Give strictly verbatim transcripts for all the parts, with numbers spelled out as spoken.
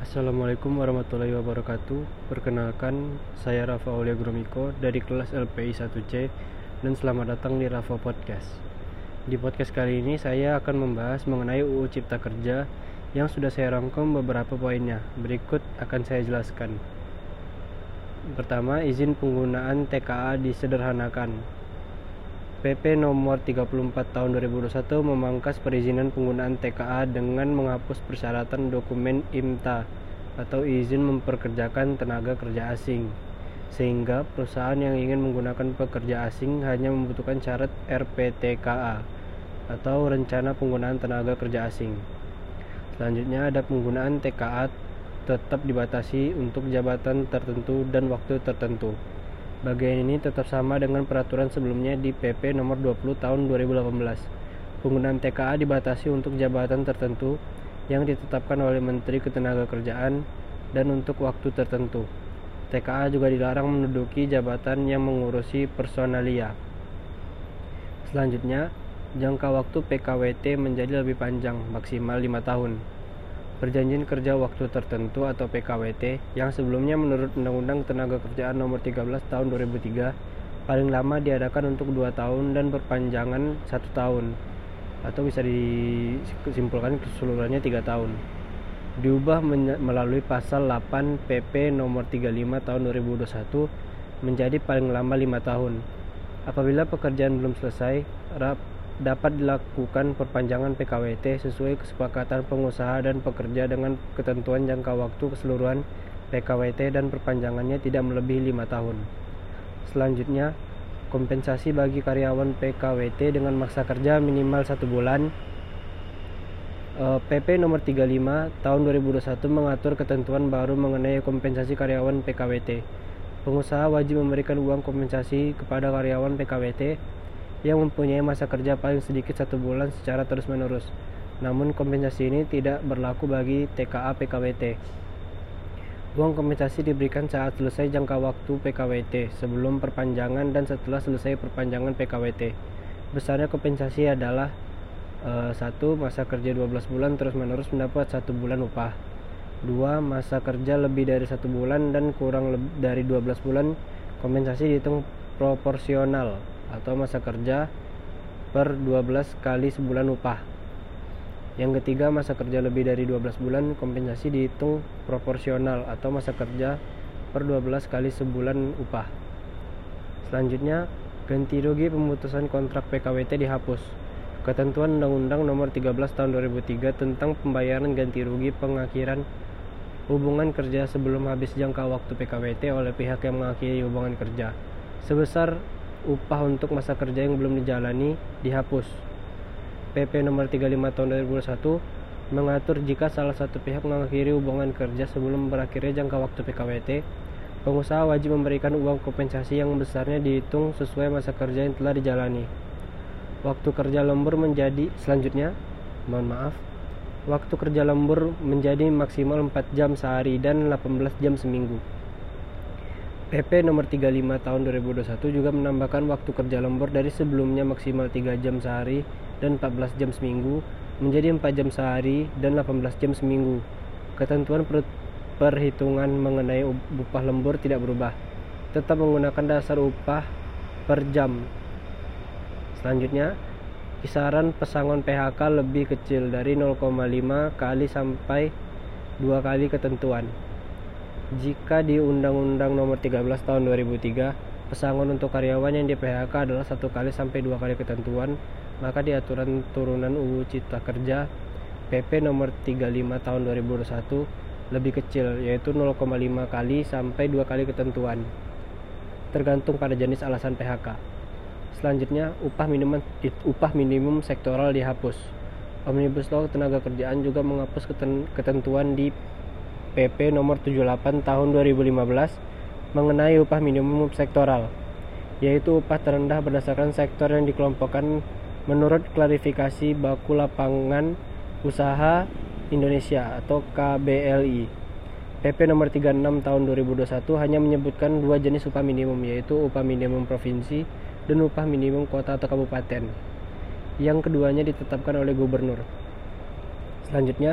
Assalamualaikum warahmatullahi wabarakatuh. Perkenalkan, saya Rafa Aulia Gromiko dari kelas L P I satu C dan selamat datang di Rafa Podcast. Di podcast kali ini saya akan membahas mengenai U U Cipta Kerja yang sudah saya rangkum beberapa poinnya. Berikut akan saya jelaskan. Pertama, izin penggunaan T K A disederhanakan. P P nomor tiga puluh empat tahun dua ribu dua puluh satu memangkas perizinan penggunaan T K A dengan menghapus persyaratan dokumen I M T A atau izin memperkerjakan tenaga kerja asing, sehingga perusahaan yang ingin menggunakan pekerja asing hanya membutuhkan syarat R P T K A atau rencana penggunaan tenaga kerja asing. Selanjutnya, ada penggunaan T K A tetap dibatasi untuk jabatan tertentu dan waktu tertentu. Bagian ini tetap sama dengan peraturan sebelumnya di P P nomor dua puluh tahun dua ribu delapan belas. Penggunaan T K A dibatasi untuk jabatan tertentu yang ditetapkan oleh Menteri Ketenagakerjaan dan untuk waktu tertentu. T K A juga dilarang menduduki jabatan yang mengurusi personalia. Selanjutnya, jangka waktu P K W T menjadi lebih panjang, maksimal lima tahun. Perjanjian kerja waktu tertentu atau P K W T yang sebelumnya menurut Undang-Undang Ketenagakerjaan nomor tiga belas tahun dua ribu tiga paling lama diadakan untuk dua tahun dan perpanjangan satu tahun, atau bisa disimpulkan keseluruhannya tiga tahun. Diubah melalui pasal delapan P P nomor tiga puluh lima tahun dua ribu dua puluh satu menjadi paling lama lima tahun. Apabila pekerjaan belum selesai, dapat dilakukan perpanjangan P K W T sesuai kesepakatan pengusaha dan pekerja dengan ketentuan jangka waktu keseluruhan P K W T dan perpanjangannya tidak melebihi lima tahun. Selanjutnya, kompensasi bagi karyawan P K W T dengan masa kerja minimal satu bulan. P P nomor tiga puluh lima tahun dua ribu dua puluh satu mengatur ketentuan baru mengenai kompensasi karyawan P K W T. Pengusaha wajib memberikan uang kompensasi kepada karyawan P K W T yang mempunyai masa kerja paling sedikit satu bulan secara terus-menerus. Namun kompensasi ini tidak berlaku bagi T K A P K W T. Uang kompensasi diberikan saat selesai jangka waktu P K W T, sebelum perpanjangan dan setelah selesai perpanjangan P K W T. Besarnya kompensasi adalah satu. Masa kerja dua belas bulan terus-menerus mendapat satu bulan upah. Dua. Masa kerja lebih dari satu bulan dan kurang dari dua belas bulan, kompensasi dihitung proporsional atau masa kerja per dua belas kali sebulan upah. Yang ketiga, masa kerja lebih dari dua belas bulan, kompensasi dihitung proporsional atau masa kerja per dua belas kali sebulan upah. Selanjutnya, ganti rugi pemutusan kontrak P K W T dihapus. Ketentuan Undang-Undang Nomor tiga belas Tahun dua ribu tiga tentang pembayaran ganti rugi pengakhiran hubungan kerja sebelum habis jangka waktu P K W T oleh pihak yang mengakhiri hubungan kerja sebesar upah untuk masa kerja yang belum dijalani dihapus. P P nomor tiga puluh lima tahun dua ribu dua puluh satu mengatur jika salah satu pihak mengakhiri hubungan kerja sebelum berakhirnya jangka waktu P K W T, pengusaha wajib memberikan uang kompensasi yang besarnya dihitung sesuai masa kerja yang telah dijalani. Waktu kerja lembur menjadi selanjutnya, mohon maaf, waktu kerja lembur menjadi maksimal empat jam sehari dan delapan belas jam seminggu. P P nomor tiga puluh lima tahun dua ribu dua puluh satu juga menambahkan waktu kerja lembur dari sebelumnya maksimal tiga jam sehari dan empat belas jam seminggu menjadi empat jam sehari dan delapan belas jam seminggu. Ketentuan per perhitungan mengenai upah lembur tidak berubah, tetap menggunakan dasar upah per jam. Selanjutnya, kisaran pesangon P H K lebih kecil dari nol koma lima kali sampai dua kali ketentuan. Jika di Undang-Undang Nomor tiga belas Tahun dua ribu tiga, pesangon untuk karyawan yang di P H K adalah satu kali sampai dua kali ketentuan, maka di aturan turunan U U Cipta Kerja P P Nomor tiga puluh lima Tahun dua ribu dua puluh satu lebih kecil, yaitu nol koma lima kali sampai dua kali ketentuan, tergantung pada jenis alasan P H K. Selanjutnya, upah minimum upah minimum sektoral dihapus. Omnibus Law Ketenagakerjaan juga menghapus ketentuan di P P nomor tujuh puluh delapan tahun dua ribu lima belas mengenai upah minimum sektoral, yaitu upah terendah berdasarkan sektor yang dikelompokkan menurut klarifikasi Baku Lapangan Usaha Indonesia atau K B L I. P P nomor tiga puluh enam tahun dua ribu dua puluh satu hanya menyebutkan dua jenis upah minimum, yaitu upah minimum provinsi dan upah minimum kota atau kabupaten. Yang keduanya ditetapkan oleh gubernur. Selanjutnya,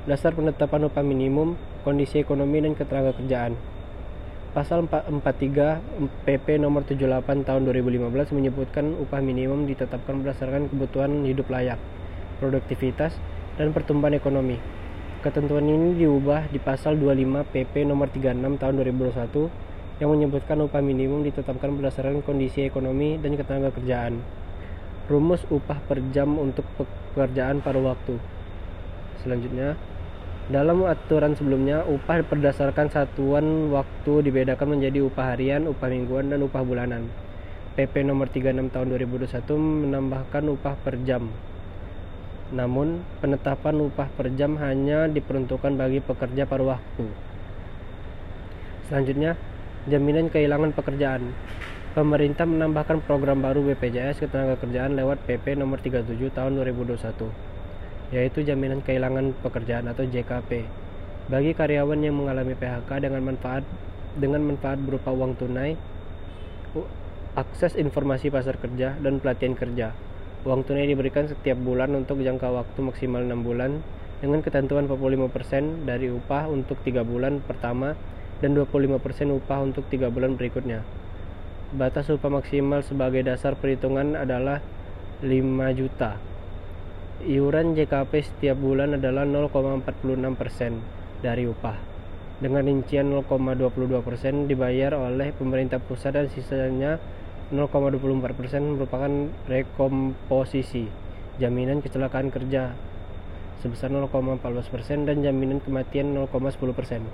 Dasar penetapan upah minimum, kondisi ekonomi dan ketenagakerjaan. Pasal empat puluh tiga P P nomor tujuh puluh delapan tahun dua ribu lima belas menyebutkan upah minimum ditetapkan berdasarkan kebutuhan hidup layak, produktivitas, dan pertumbuhan ekonomi. Ketentuan ini diubah di pasal dua puluh lima P P nomor tiga puluh enam tahun dua ribu dua puluh satu yang menyebutkan upah minimum ditetapkan berdasarkan kondisi ekonomi dan ketenagakerjaan. Rumus upah per jam untuk pekerjaan paruh waktu. Selanjutnya, dalam aturan sebelumnya, upah berdasarkan satuan waktu dibedakan menjadi upah harian, upah mingguan, dan upah bulanan. P P nomor tiga puluh enam tahun dua ribu dua puluh satu menambahkan upah per jam. Namun, penetapan upah per jam hanya diperuntukkan bagi pekerja paruh waktu. Selanjutnya, jaminan kehilangan pekerjaan. Pemerintah menambahkan program baru B P J S Ketenagakerjaan lewat P P nomor tiga puluh tujuh tahun dua ribu dua puluh satu, yaitu jaminan kehilangan pekerjaan atau J K P bagi karyawan yang mengalami P H K dengan manfaat dengan manfaat berupa uang tunai, akses informasi pasar kerja, dan pelatihan kerja. Uang tunai diberikan setiap bulan untuk jangka waktu maksimal enam bulan dengan ketentuan empat puluh lima persen dari upah untuk tiga bulan pertama dan dua puluh lima persen upah untuk tiga bulan berikutnya. Batas upah maksimal sebagai dasar perhitungan adalah lima juta. Iuran J K P setiap bulan adalah nol koma empat enam persen dari upah, dengan rincian nol koma dua dua persen dibayar oleh pemerintah pusat dan sisanya nol koma dua empat persen merupakan rekomposisi jaminan kecelakaan kerja sebesar nol koma empat belas persen dan jaminan kematian nol koma sepuluh persen.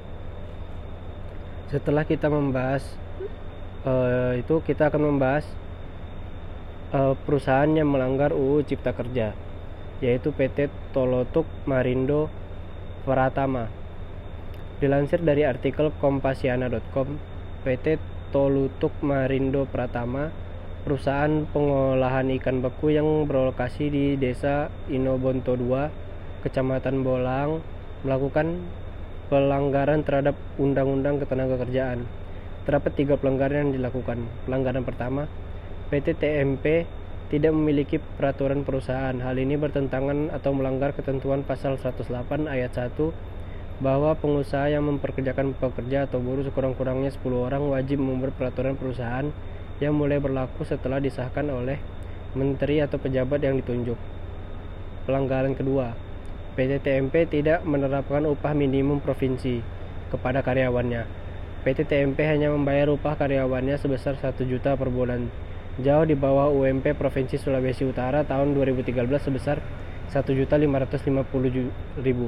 Setelah kita membahas uh, itu kita akan membahas uh, perusahaan yang melanggar U U Cipta Kerja, yaitu P T Tolutuk Marindo Pratama. Dilansir dari artikel kompasiana titik com, P T Tolutuk Marindo Pratama, perusahaan pengolahan ikan beku yang berlokasi di Desa Inobonto dua, Kecamatan Bolang, melakukan pelanggaran terhadap Undang-Undang Ketenagakerjaan. Terdapat tiga pelanggaran yang dilakukan. Pelanggaran pertama, P T T M P tidak memiliki peraturan perusahaan. Hal ini bertentangan atau melanggar ketentuan pasal seratus delapan ayat satu bahwa pengusaha yang memperkerjakan pekerja atau buruh sekurang-kurangnya sepuluh orang wajib membuat peraturan perusahaan yang mulai berlaku setelah disahkan oleh menteri atau pejabat yang ditunjuk. Pelanggaran kedua, P T T M P tidak menerapkan upah minimum provinsi kepada karyawannya. P T T M P hanya membayar upah karyawannya sebesar satu juta per bulan, jauh di bawah U M P Provinsi Sulawesi Utara tahun dua ribu tiga belas sebesar satu juta lima ratus lima puluh ribu.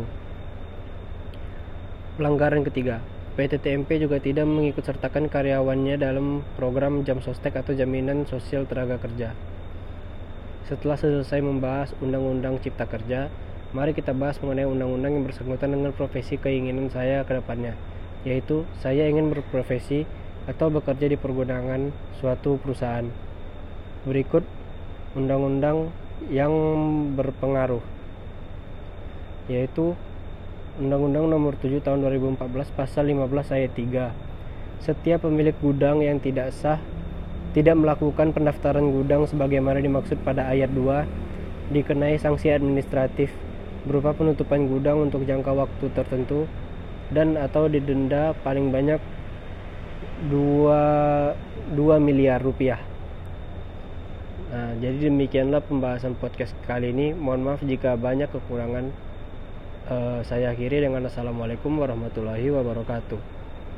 Pelanggaran ketiga, P T T M P juga tidak mengikutsertakan karyawannya dalam program jam sostek atau jaminan sosial tenaga kerja. Setelah selesai membahas Undang-Undang Cipta Kerja, mari kita bahas mengenai undang-undang yang bersangkutan dengan profesi keinginan saya ke depannya, yaitu saya ingin berprofesi atau bekerja di pergudangan suatu perusahaan. Berikut undang-undang yang berpengaruh, yaitu Undang-Undang Nomor tujuh Tahun dua ribu empat belas Pasal lima belas Ayat tiga. Setiap pemilik gudang yang tidak sah tidak melakukan pendaftaran gudang sebagaimana dimaksud pada ayat dua dikenai sanksi administratif berupa penutupan gudang untuk jangka waktu tertentu dan atau didenda paling banyak dua miliar rupiah. Nah, jadi demikianlah pembahasan podcast kali ini. Mohon maaf jika banyak kekurangan. Uh, saya akhiri dengan assalamualaikum warahmatullahi wabarakatuh.